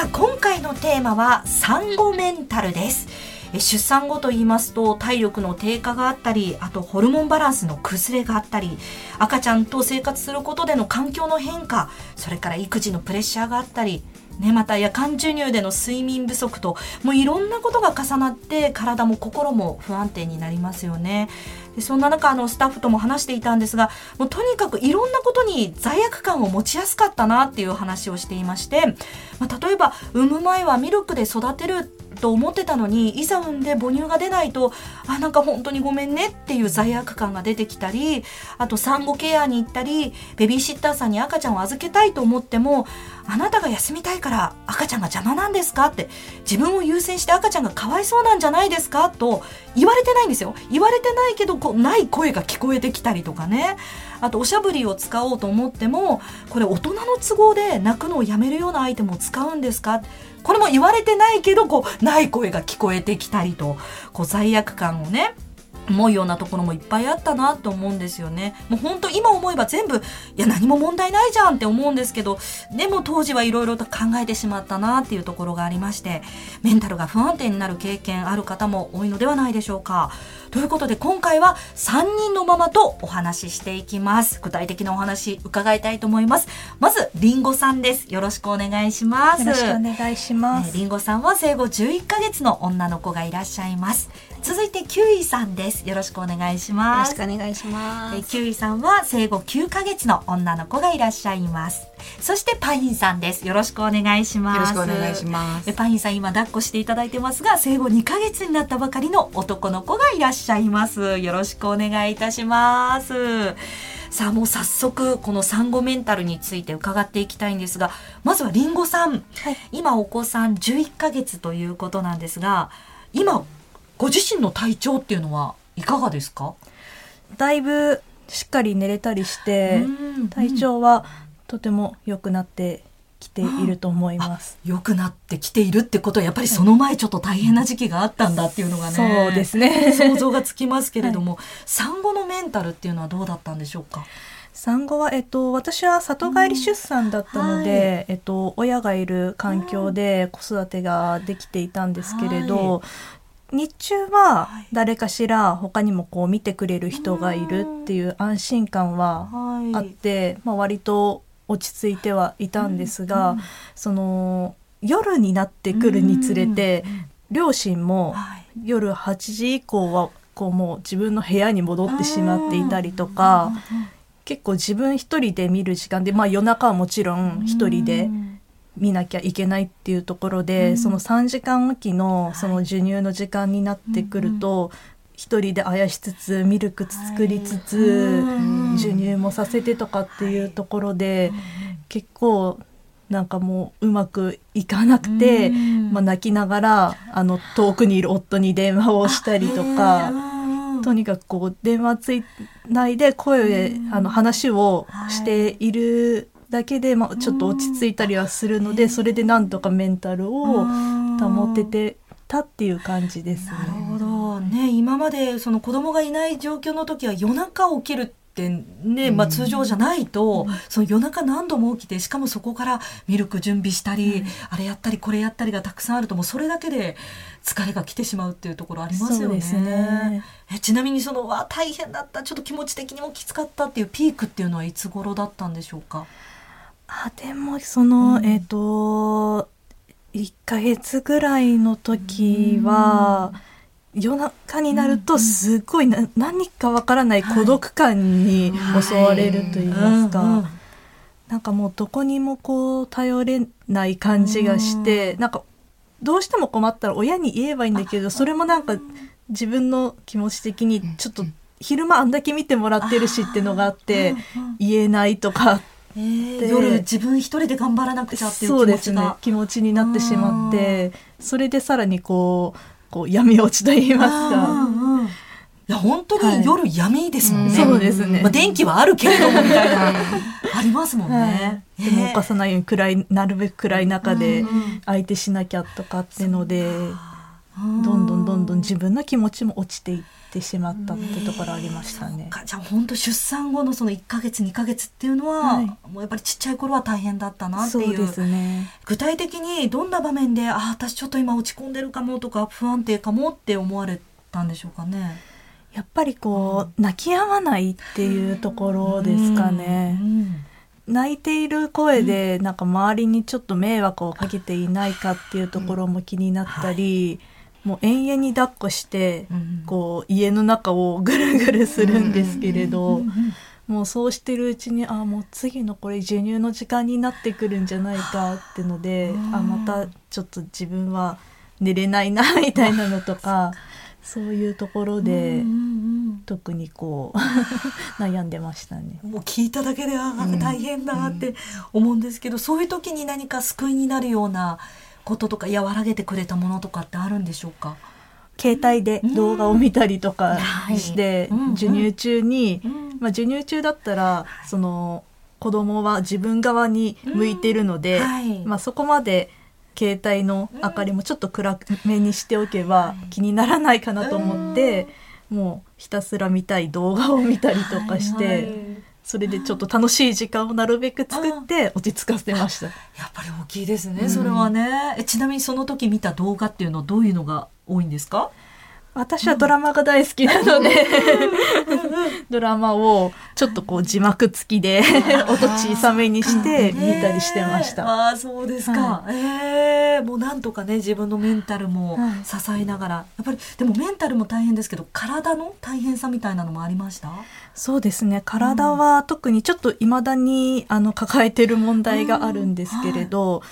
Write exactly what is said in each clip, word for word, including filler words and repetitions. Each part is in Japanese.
さあ今回のテーマは産後メンタルです。出産後と言いますと体力の低下があったり、あとホルモンバランスの崩れがあったり、赤ちゃんと生活することでの環境の変化、それから育児のプレッシャーがあったりね、また夜間授乳での睡眠不足と、もういろんなことが重なって体も心も不安定になりますよね。でそんな中あのスタッフとも話していたんですが、もうとにかくいろんなことに罪悪感を持ちやすかったなっていう話をしていまして、まあ、例えば産む前はミルクで育てると思ってたのに、いざ産んで母乳が出ないと、あなんか本当にごめんねっていう罪悪感が出てきたり、あと産後ケアに行ったりベビーシッターさんに赤ちゃんを預けたいと思っても、あなたが休みたいから赤ちゃんが邪魔なんですかって、自分を優先して赤ちゃんがかわいそうなんじゃないですかと言われてないんですよ。言われてないけどこうない声が聞こえてきたりとかね。あとおしゃぶりを使おうと思っても、これ大人の都合で泣くのをやめるようなアイテムを使うんですか、これも言われてないけどこうない声が聞こえてきたりと、こう罪悪感をね思うようなところもいっぱいあったなと思うんですよね。もう本当今思えば全部いや何も問題ないじゃんって思うんですけど、でも当時はいろいろと考えてしまったなっていうところがありまして、メンタルが不安定になる経験ある方も多いのではないでしょうか。ということで今回はさんにんのママとお話ししていきます。具体的なお話伺いたいと思います。まずりんごさんです。よろしくお願いします。 よろしくお願いします。 りんごさんは生後じゅういっかげつの女の子がいらっしゃいます。続いてキウイさんです。よろしくお願いします。 よろしくお願いします。 えキウイさんは生後きゅうかげつの女の子がいらっしゃいます。そしてパインさんです。よろしくお願いします。 よろしくお願いします。 えパインさん今抱っこしていただいてますが、生後にかげつになったばかりの男の子がいらっしゃいます。よろしくお願いいたします。さあもう早速この産後メンタルについて伺っていきたいんですが、まずはりんごさん、はい、今お子さんじゅういっかげつということなんですが、今ご自身の体調っていうのはいかがですか？ だいぶしっかり寝れたりして体調はとても良くなってきていると思います。 良くなってきているってことはやっぱりその前ちょっと大変な時期があったんだっていうのがね、 そうですね想像がつきますけれども、はい、産後のメンタルっていうのはどうだったんでしょうか？ 産後は、えっと、私は里帰り出産だったので、うんはい、えっと、親がいる環境で子育てができていたんですけれど、はい、日中は誰かしら他にもこう見てくれる人がいるっていう安心感はあって、はいまあ、割と落ち着いてはいたんですが、うん、その夜になってくるにつれて、うん、両親も夜はちじ以降はこうもう自分の部屋に戻ってしまっていたりとか、結構自分一人で見る時間で、まあ、夜中はもちろん一人で見なきゃいけないっていうところで、うん、そのさんじかんおきのその授乳の時間になってくると、はい、一人であやしつつミルク作りつつ、はい、授乳もさせてとかっていうところで、はい、結構なんかもううまくいかなくて、まあ、泣きながらあの遠くにいる夫に電話をしたりとか、とにかくこう電話ついないで声であの話をしているだけで、まあ、ちょっと落ち着いたりはするので、それでなんとかメンタルを保ててたっていう感じですね。 なるほどね。今までその子供がいない状況の時は夜中起きるってね、まあ、通常じゃないと、うん、その夜中何度も起きて、しかもそこからミルク準備したり、うん、あれやったりこれやったりがたくさんあると、もうそれだけで疲れが来てしまうっていうところありますよね。 そうですね。 えちなみにそのわ大変だった、ちょっと気持ち的にもきつかったっていうピークっていうのはいつ頃だったんでしょうか？ あでもその、うん、えっといっかげつぐらいの時は、うん、夜中になるとすごいな、うん、何かわからない孤独感に襲われると言いますか、はいはいうんうん、なんかもうどこにもこう頼れない感じがして、うん、なんかどうしても困ったら親に言えばいいんだけど、それもなんか自分の気持ち的にちょっと昼間あんだけ見てもらってるしっていうのがあって言えないとか、 えー、夜自分一人で頑張らなくちゃっていう気持ちが、 そうですね、気持ちになってしまって、それでさらにこう、こう闇落ちと言いますか、 いや本当に夜闇ですもんね、 はい、そうですね、 まあ、電気はあるけれどもみたいなありますもんね、 はい、でも犯さないように暗い、なるべく暗い中で相手しなきゃとかってので、 どんどんどんどん自分の気持ちも落ちていってしまったってところありましたね。 じゃあ本当出産後のそのいっかげつにかげつっていうのは、はい、もうやっぱりちっちゃい頃は大変だったなっていう。 そうですね。 具体的にどんな場面であ私ちょっと今落ち込んでるかもとか不安定かもって思われたんでしょうかね。 やっぱりこう、うん、泣き止まないっていうところですかね、うんうん泣いている声でなんか周りにちょっと迷惑をかけていないかっていうところも気になったり、もう延々に抱っこしてこう家の中をぐるぐるするんですけれど、もうそうしてるうちにあもう次のこれ授乳の時間になってくるんじゃないかってので、あまたちょっと自分は寝れないなみたいなのとかそういうところで特にこう悩んでましたね。 もう聞いただけであ大変だって思うんですけど、うん、そういう時に何か救いになるようなこととか和らげてくれたものとかってあるんでしょうか。 携帯で動画を見たりとかして、うん、授乳中に、うんまあ、授乳中だったらその子供は自分側に向いてるので、うんはいまあ、そこまで携帯の明かりもちょっと暗めにしておけば気にならないかなと思って、うん、もうひたすら見たい動画を見たりとかして、はいはい、それでちょっと楽しい時間をなるべく作って落ち着かせてました。 やっぱり大きいですね、それはね、うん、えちなみにその時見た動画っていうのはどういうのが多いんですか。 私はドラマが大好きなので、うん、ドラマをちょっとこう字幕付きで音小さめにして見たりしてました。 ああそうですか、はいえー、もうなんとかね自分のメンタルも支えながら、はい、やっぱりでもメンタルも大変ですけど体の大変さみたいなのもありました。 そうですね、体は特にちょっと未だにあの抱えてる問題があるんですけれど、うんはい、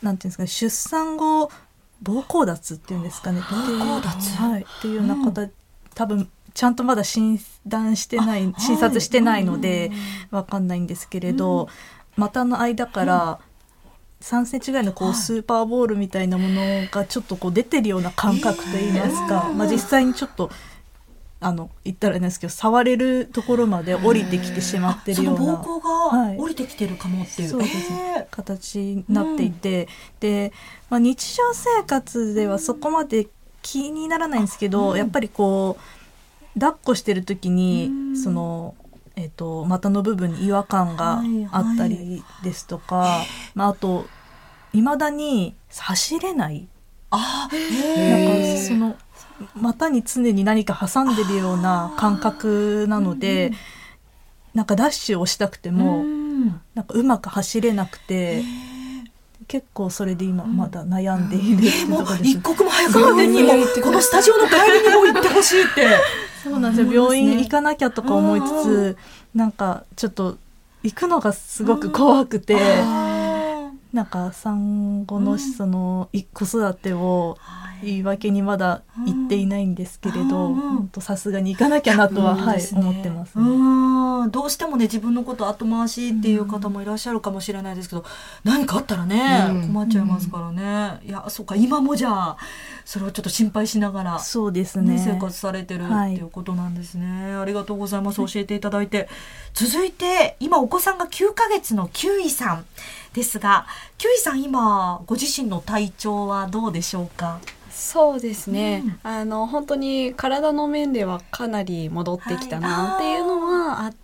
なんていうんですか、出産後膀胱脱っていうんですかね、 膀胱脱、 はい、っていうような方、うん、多分ちゃんとまだ診断してない診察してないのでわかんないんですけれど、うん、股の間からさんセンチぐらいのこうスーパーボールみたいなものがちょっとこう出てるような感覚といいますか、まあ、実際にちょっとあの言ったらなんですけど触れるところまで降りてきてしまってるような、 その膀胱が降りてきてるかもっていう、 はい、そうですね、形になっていて、うん、で、まあ、日常生活ではそこまで気にならないんですけど、うん、やっぱりこう抱っこしてる時に、うん、そのえーと、股の部分に違和感があったりですとか、はいはいまあ、あと未だに走れない、 あなんかその股に常に何か挟んでるような感覚なので、なんかダッシュをしたくても、うん、なんかうまく走れなくて、結構それで今まだ悩んでいるっていうところです。 一刻も早く病院にもこのスタジオの帰りにも行ってほしいってそうなんですよ、病院行かなきゃとか思いつつ、なんかちょっと行くのがすごく怖くて、なんか産後のその子育てを言い訳にまだ言っていないんですけれど、さすがに行かなきゃなとは、はい、思ってますね。 うん、どうしてもね自分のこと後回しっていう方もいらっしゃるかもしれないですけど、何かあったらね、うん、困っちゃいますからね、うん、いやそうか今もじゃあそれをちょっと心配しながら、 そうですね、 生活されてるっていうことなんですね、はい、ありがとうございます、教えていただいて。続いて今お子さんがきゅうかげつのキウイさんですが、キウイさん今ご自身の体調はどうでしょうか。 そうですね、うん、あの本当に体の面ではかなり戻ってきたなっていうのはあって、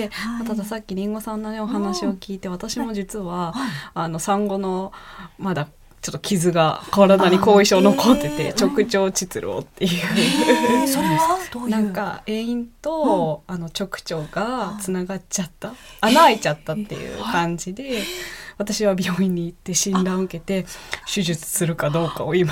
はい、たださっきりんごさんの、ね、お話を聞いて、私も実は、はい、あの産後のまだちょっと傷が体に後遺症残ってて、直腸膣漏っていう、 えー、それはどういうなんか遠因と、うん、あの直腸がつながっちゃった、穴開いちゃったっていう感じで、私は病院に行って診断を受けて手術するかどうかを今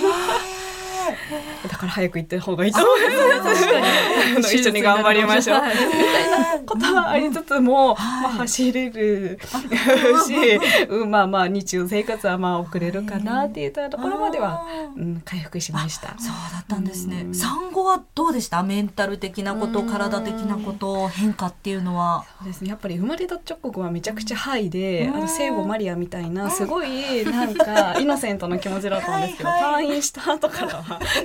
だから早く行った方がいいと思います。確かに一緒に頑張りましょう、はい、みたいなことはありつつも、はいまあ、走れるし、うん、まあまあ日常生活はまあ遅れるかなっていったところまでは、うん、回復しました。 そうだったんですね、うん、産後はどうでした？メンタル的なこと、体的なこと、変化っていうのは。 そうですね、やっぱり生まれた直後はめちゃくちゃハイで、あの聖母マリアみたいなすごいなんかイノセントな気持ちだったんですけど、はいはい、退院した後からは怒涛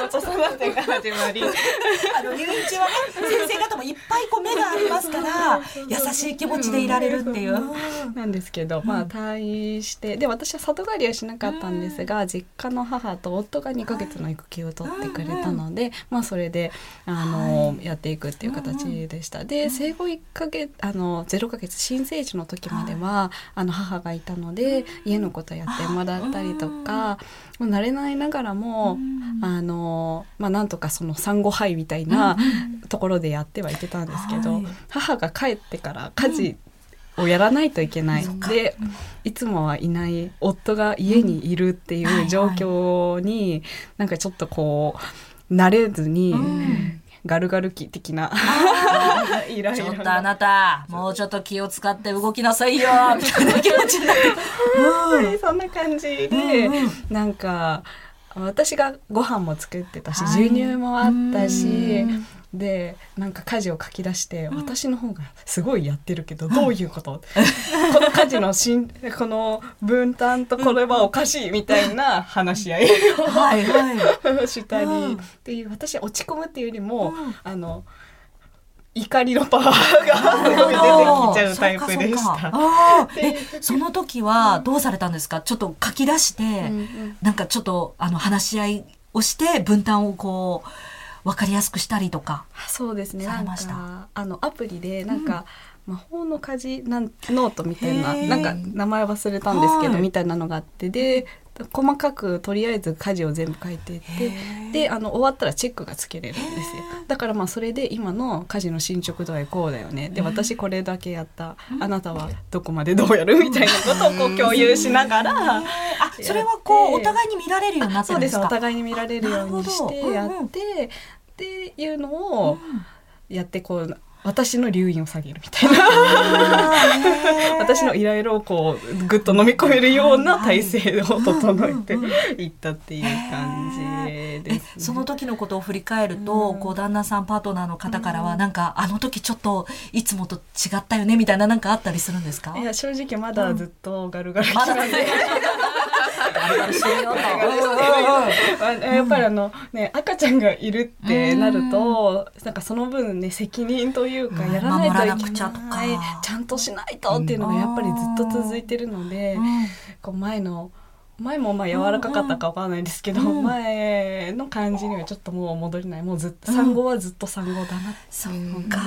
子育てが始まりあの入院中はね先生方もいっぱいこう目がありますから優しい気持ちでいられるっていう、うん、 なんですけど、まあ退院してで私は里帰りはしなかったんですが、うん、実家の母と夫がにかげつの育休を取ってくれたので、はい、まあそれであの、はい、やっていくっていう形でした。で生後いっかげつあのゼロかげつ新生児の時までは、はい、あの母がいたので家のことやってもらったりとか、もう慣れないながらも、あのまあ、なんとかその産後胚みたいなところでやってはいけたんですけど、はい、母が帰ってから家事をやらないといけない、うん、でいつもはいない夫が家にいるっていう状況になんかちょっとこう慣れずに、うんガルガル期的なイライラちょっとあなたもうちょっと気を使って動きなさいよみたいな気持ちになってうん、そんな感じで、うんうん、なんか私がご飯も作ってたし、はい、授乳もあったしでなんか家事を書き出して、うん、私の方がすごいやってるけどどういうこと、うん、この家事のしんこの分担とこれはおかしいみたいな話し合いを、はいはい、したり、うん、っていう私は落ち込むっていうよりも、うん、あの怒りのパワーがすごい出てきちゃうタイプでした。 あえその時はどうされたんですか？ちょっと書き出して、うんうん、なんかちょっとあの話し合いをして分担をこう分かりやすくしたりとか。 そうですね。なんかあのアプリでなんか、うん、魔法の家事なんノートみたいななんか名前忘れたんですけど、はい、みたいなのがあってで細かくとりあえず家事を全部書いていってであの終わったらチェックがつけれるんですよ。だからまあそれで今の家事の進捗度はこうだよねで私これだけやったあなたはどこまでどうやるみたいなことをこう共有しながらあそれはこうお互いに見られるようになってるんですか？ そうですお互いに見られるようにしてやって、うんうん、っていうのをやってこう私の留飲を下げるみたいな私のイライラをこうぐっと飲み込めるような体制を整えていったっていう感じです、ね、 その時のことを振り返ると、うん、こう旦那さんパートナーの方からはなんか、うん、あの時ちょっといつもと違ったよねみたいななんかあったりするんですか？ いや正直まだずっとガルガルなんで、うんガルガルしてるよとやっぱりあの、ね、赤ちゃんがいるってなるとなんかその分ね責任というかやらないといけない、 うん、ちゃとかちゃんとしないとっていうのがやっぱりずっと続いてるので、うん、こう前の前もまあ柔らかかったかわからないですけど、うん、前の感じにはちょっともう戻れないもうずっと産後はずっと産後だなって思って、うん、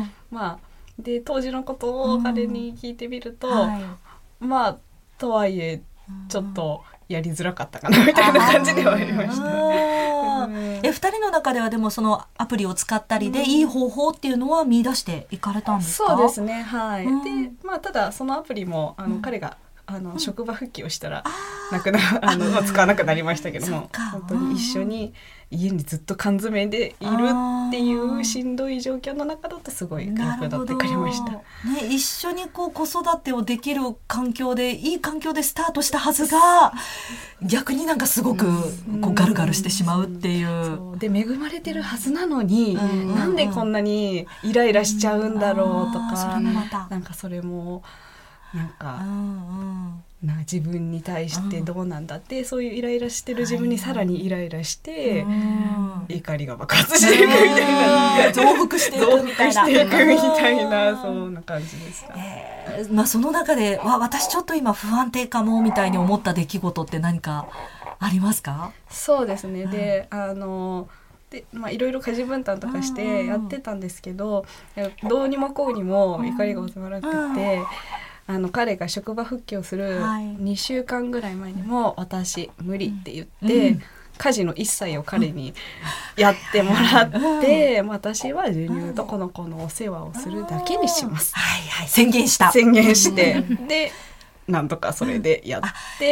まあで当時のことを彼に聞いてみると、うんはい、まあとはいえちょっとやりづらかったかなみたいな感じではありました。 えふたりの中ではでもそのアプリを使ったりでいい方法っていうのは見出していかれたんですか？ そうですねはい、うん、でまあただそのアプリもあの、うん、彼があの、うん、職場復帰をしたらなくなあの使わなくなりましたけども本当に一緒に家にずっと缶詰でいるっていうしんどい状況の中だとすごい楽だってくれました、ね、 一緒にこう子育てをできる環境でいい環境でスタートしたはずが逆になんかすごくこうガルガルしてしまうっていう、うん、 そうで恵まれてるはずなのに、うん、なんでこんなにイライラしちゃうんだろうとか、うん、なんかそれもなんか、うんうんな自分に対してどうなんだって、うん、そういうイライラしてる自分にさらにイライラして、はい、怒りが爆発していくみたいな増幅していくみたいな増幅していくみたいなそんな感じでした、 えーまあ、その中でわ私ちょっと今不安定かもみたいに思った出来事って何かありますか？ そうですね、うん、であのでまあ、いろいろ家事分担とかしてやってたんですけどどうにもこうにも怒りが収まらなくて、うんあの彼が職場復帰をするにしゅうかんぐらい前にも私無理って言って、うん、家事の一切を彼にやってもらって、うん、私は授乳とこの子のお世話をするだけにします、 うんはいはい、宣言した宣言してでなんとかそれでやって、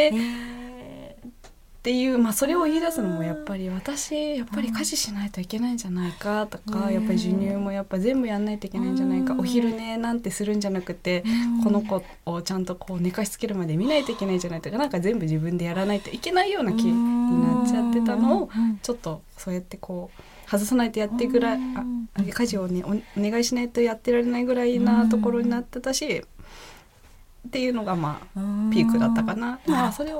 うんっていう、まあ、それを言い出すのもやっぱり私やっぱり家事しないといけないんじゃないかとか、うん、やっぱり授乳もやっぱ全部やんないといけないんじゃないか、うん、お昼寝なんてするんじゃなくて、うん、この子をちゃんとこう寝かしつけるまで見ないといけないんじゃないとかなんか全部自分でやらないといけないような気になっちゃってたのをちょっとそうやってこう外さないとやってぐらいあ家事をね お, お願いしないとやってられないぐらいなところになってたしっていうのがまあピークだったかな、まあ、それを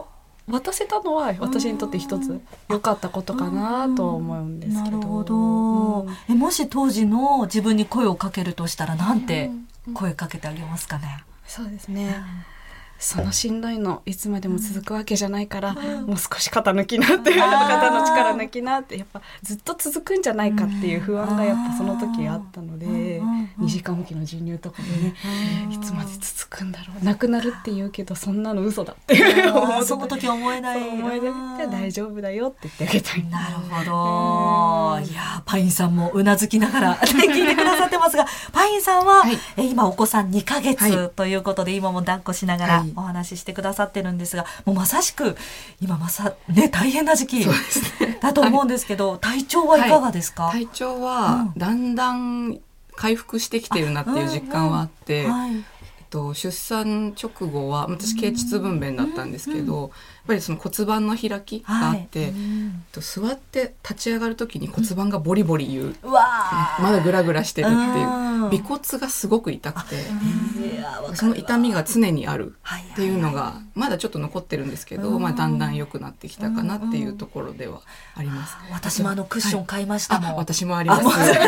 渡せたのは私にとって一つ良かったことかなとは思うんですけど。 なるほど、うん、えもし当時の自分に声をかけるとしたらなんて声かけてあげますかね。 そうですね、そのしんどいのいつまでも続くわけじゃないから、うん、もう少し肩抜きなっていう肩の力抜きなってやっぱずっと続くんじゃないかっていう不安がやっぱその時あったので、うん、にじかんおきの授乳とかでね、うん、いつまで続くんだろう、なくなるって言うけどそんなの嘘だっていうその時思えない、 思えない大丈夫だよって言ってあげたい。 なるほど、いやパインさんもうなずきながら聞いてくださってますがパインさんは、はい、え今お子さんにかげつということで、はい、今も抱っこしながら、はい、お話ししてくださってるんですが、もうまさしく今まさね大変な時期だと思うんですけど、はい、体調はいかがですか？ はい、体調はだんだん回復してきてるなっていう実感はあって、うんうんはい、えっと、出産直後は私経腟分娩だったんですけど、うんうん、やっぱりその骨盤の開きがあって、はい、うん、と座って立ち上がる時に骨盤がボリボリ言う、うん、まだグラグラしてるっていう尾骨がすごく痛くて、その痛みが常にあるっていうのがまだちょっと残ってるんですけど、うん、まあ、だんだん良くなってきたかなっていうところではあります。 うんうん、私もあのクッション買いましたもん。 はい、私もあります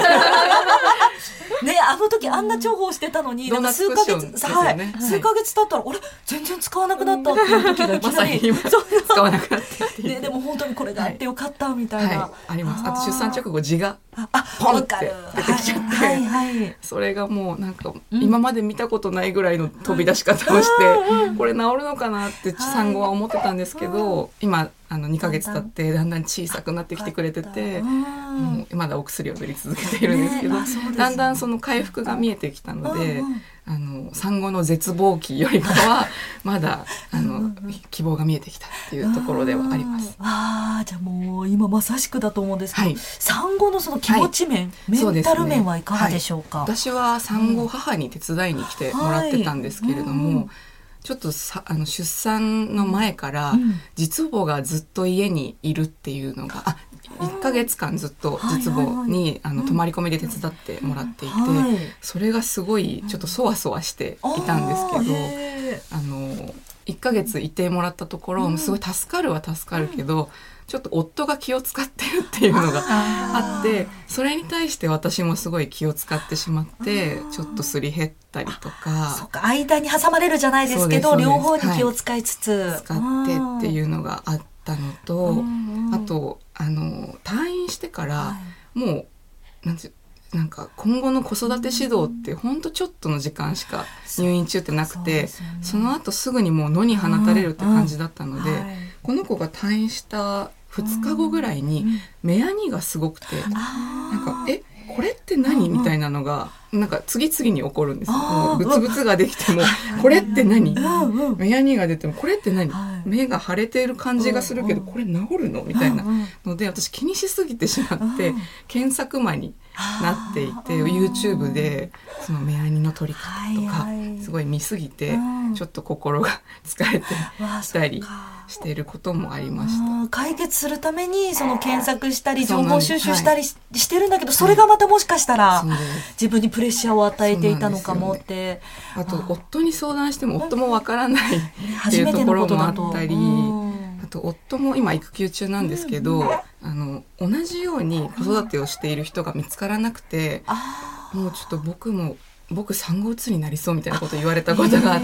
ね、あの時あんな重宝してたのに、うん、なんか数ヶ月、はい、数ヶ月経ったら俺全然使わなくなったっていう時がいきなり、 ま、使わなくなってっていう、 ね、でも本当にこれがあってよかったみたいな、はいはい、 あります。あと出産直後痔がポンって出てきちゃって、はいはいはい、それがもうなんか今まで見たことないぐらいの飛び出し方をして、うん、これ治るのかなって産後は思ってたんですけど、はい、今あのにかげつ経ってだんだん小さくなってきてくれてて、もうまだお薬を塗り続けているんですけど、ね、だんだんその回復が見えてきたので、うんうん、あの産後の絶望期よりかはまだあの希望が見えてきたっていうところではあります。 ああ、じゃあもう今まさしくだと思うんですけど、はい、産後のその気持ち面、はい、メンタル面はいかがでしょうか？ はい、私は産後母に手伝いに来てもらってたんですけれども、はい、うん、ちょっとさあの出産の前から実母がずっと家にいるっていうのが、あいっかげつかんずっと実母にあの泊まり込みで手伝ってもらっていて、それがすごいちょっとそわそわしていたんですけど、あのいっかげついてもらったところすごい助かるは助かるけど、ちょっと夫が気を使ってるっていうのがあって、それに対して私もすごい気を使ってしまってちょっとすり減ったりとか、 そうか、間に挟まれるじゃないですけど両方に気を使いつつ、 はい、使ってっていうのがあったのと、あとあの退院してから、はい、もうなんてなんか今後の子育て指導ってほんとちょっとの時間しか入院中ってなくて、 そ, う そ, う、ね、その後すぐにもう野に放たれるって感じだったので、はい、この子が退院したふつかごぐらいに目やにがすごくて、なんかえこれって何みたいなのがなんか次々に起こるんですよ。もうブツブツができてもこれって何、目やにが出てもこれって何、目が腫れている感じがするけどこれ治るのみたいなので、私気にしすぎてしまって検索魔になっていて、 YouTube でその目やにの取り方とかすごい見すぎてちょっと心が疲れてきたりしていることもありました。 解決するためにその検索したり情報収集したり し,、はい、してるんだけど、それがまたもしかしたら自分にプレッシャーを与えていたのかもって、ね、 あと夫に相談しても夫もわからないっていうところもあったり、あと夫も今育休中なんですけど、うん、あの同じように子育てをしている人が見つからなくて、うん、もうちょっと僕も僕産後うつになりそうみたいなことを言われたことがあって、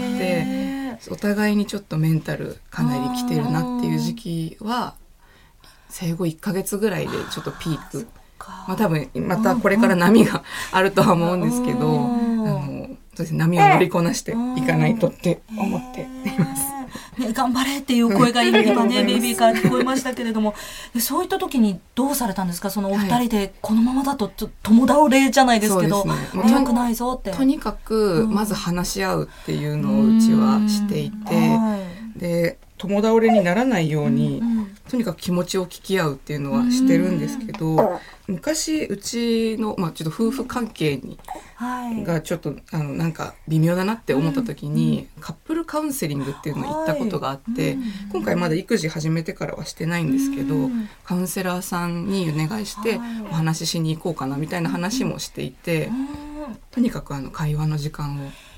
お互いにちょっとメンタルかなりきてるなっていう時期は生後いっかげつぐらいでちょっとピーク、まあ、多分またこれから波があるとは思うんですけど、あのそうですね、波を乗りこなしていかないとって思っています。 ね、頑張れっていう声が今ねベイビーから聞こえましたけれども、そういった時にどうされたんですか？そのお二人でこのままだと共倒れじゃないですけど、良くないぞって。 とにかくまず話し合うっていうのをうちはしていて、で共倒れにならないように、うんうん、とにかく気持ちを聞き合うっていうのはしてるんですけど、昔うちの、まあ、ちょっと夫婦関係に、はい、がちょっとあのなんか微妙だなって思った時に、うん、カップルカウンセリングっていうのを行ったことがあって、はい、今回まだ育児始めてからはしてないんですけど、うん、カウンセラーさんにお願いしてお話ししに行こうかなみたいな話もしていて、うん、とにかくあの会話の時間を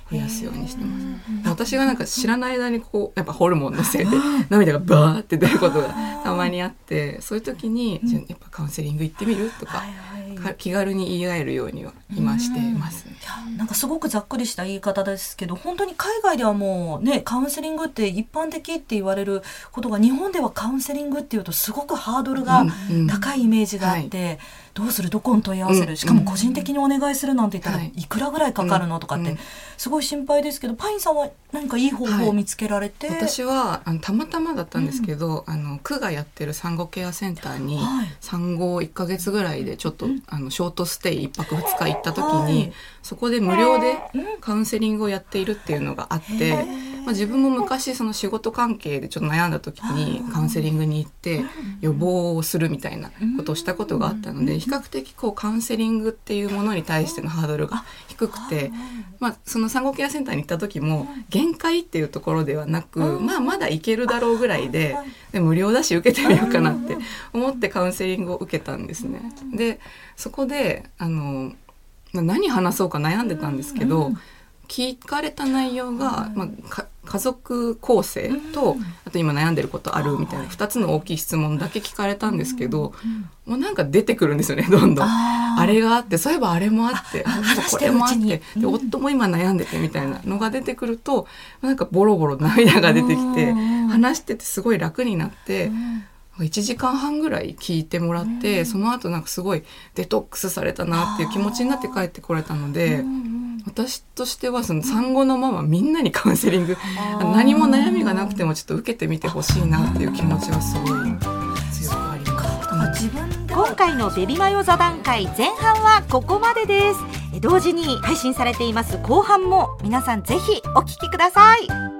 増やすようにしてます。私がなんか知らない間にこうやっぱホルモンのせいで涙がバーって出ることがたまにあって、そういう時にじゃあやっぱカウンセリング行ってみるとか、か気軽に言い合えるようには今してますね。 いやなんかすごくざっくりした言い方ですけど、本当に海外ではもうねカウンセリングって一般的って言われることが、日本ではカウンセリングっていうとすごくハードルが高いイメージがあって、うんうんはい、どうするどこに問い合わせる、しかも個人的にお願いするなんて言ったらいくらぐらいかかるのとかってすごい心配ですけど、パインさんは何かいい方法を見つけられて、 はい、私はあのたまたまだったんですけど、うん、あの区がやってる産後ケアセンターに、はい、産後いっかげつぐらいでちょっと、うん、あのショートステイいっぱくふつか行った時に、はい、そこで無料でカウンセリングをやっているっていうのがあって、まあ、自分も昔その仕事関係でちょっと悩んだ時にカウンセリングに行って予防をするみたいなことをしたことがあったので、比較的こうカウンセリングっていうものに対してのハードルが低くて、まあ、その産後ケアセンターに行った時も限界っていうところではなく、まあ、まだいけるだろうぐらいで、で無料だし受けてみようかなって思ってカウンセリングを受けたんですね。でそこであの何話そうか悩んでたんですけど、聞かれた内容が、まあ、か家族構成と、あと今悩んでることあるみたいなふたつの大きい質問だけ聞かれたんですけど、もうなんか出てくるんですよね、どんどん。あれがあって、そういえばあれもあって、これもあって、で夫も今悩んでてみたいなのが出てくると、なんかボロボロ涙が出てきて、話しててすごい楽になって、いちじかんはんぐらい聞いてもらって、その後なんかすごいデトックスされたなっていう気持ちになって帰ってこれたので、私としてはその産後のママみんなにカウンセリング、何も悩みがなくてもちょっと受けてみてほしいなっていう気持ちはすごい強くあります。 今回のベビマヨ座談会前半はここまでです。同時に配信されています後半も皆さんぜひお聞きください。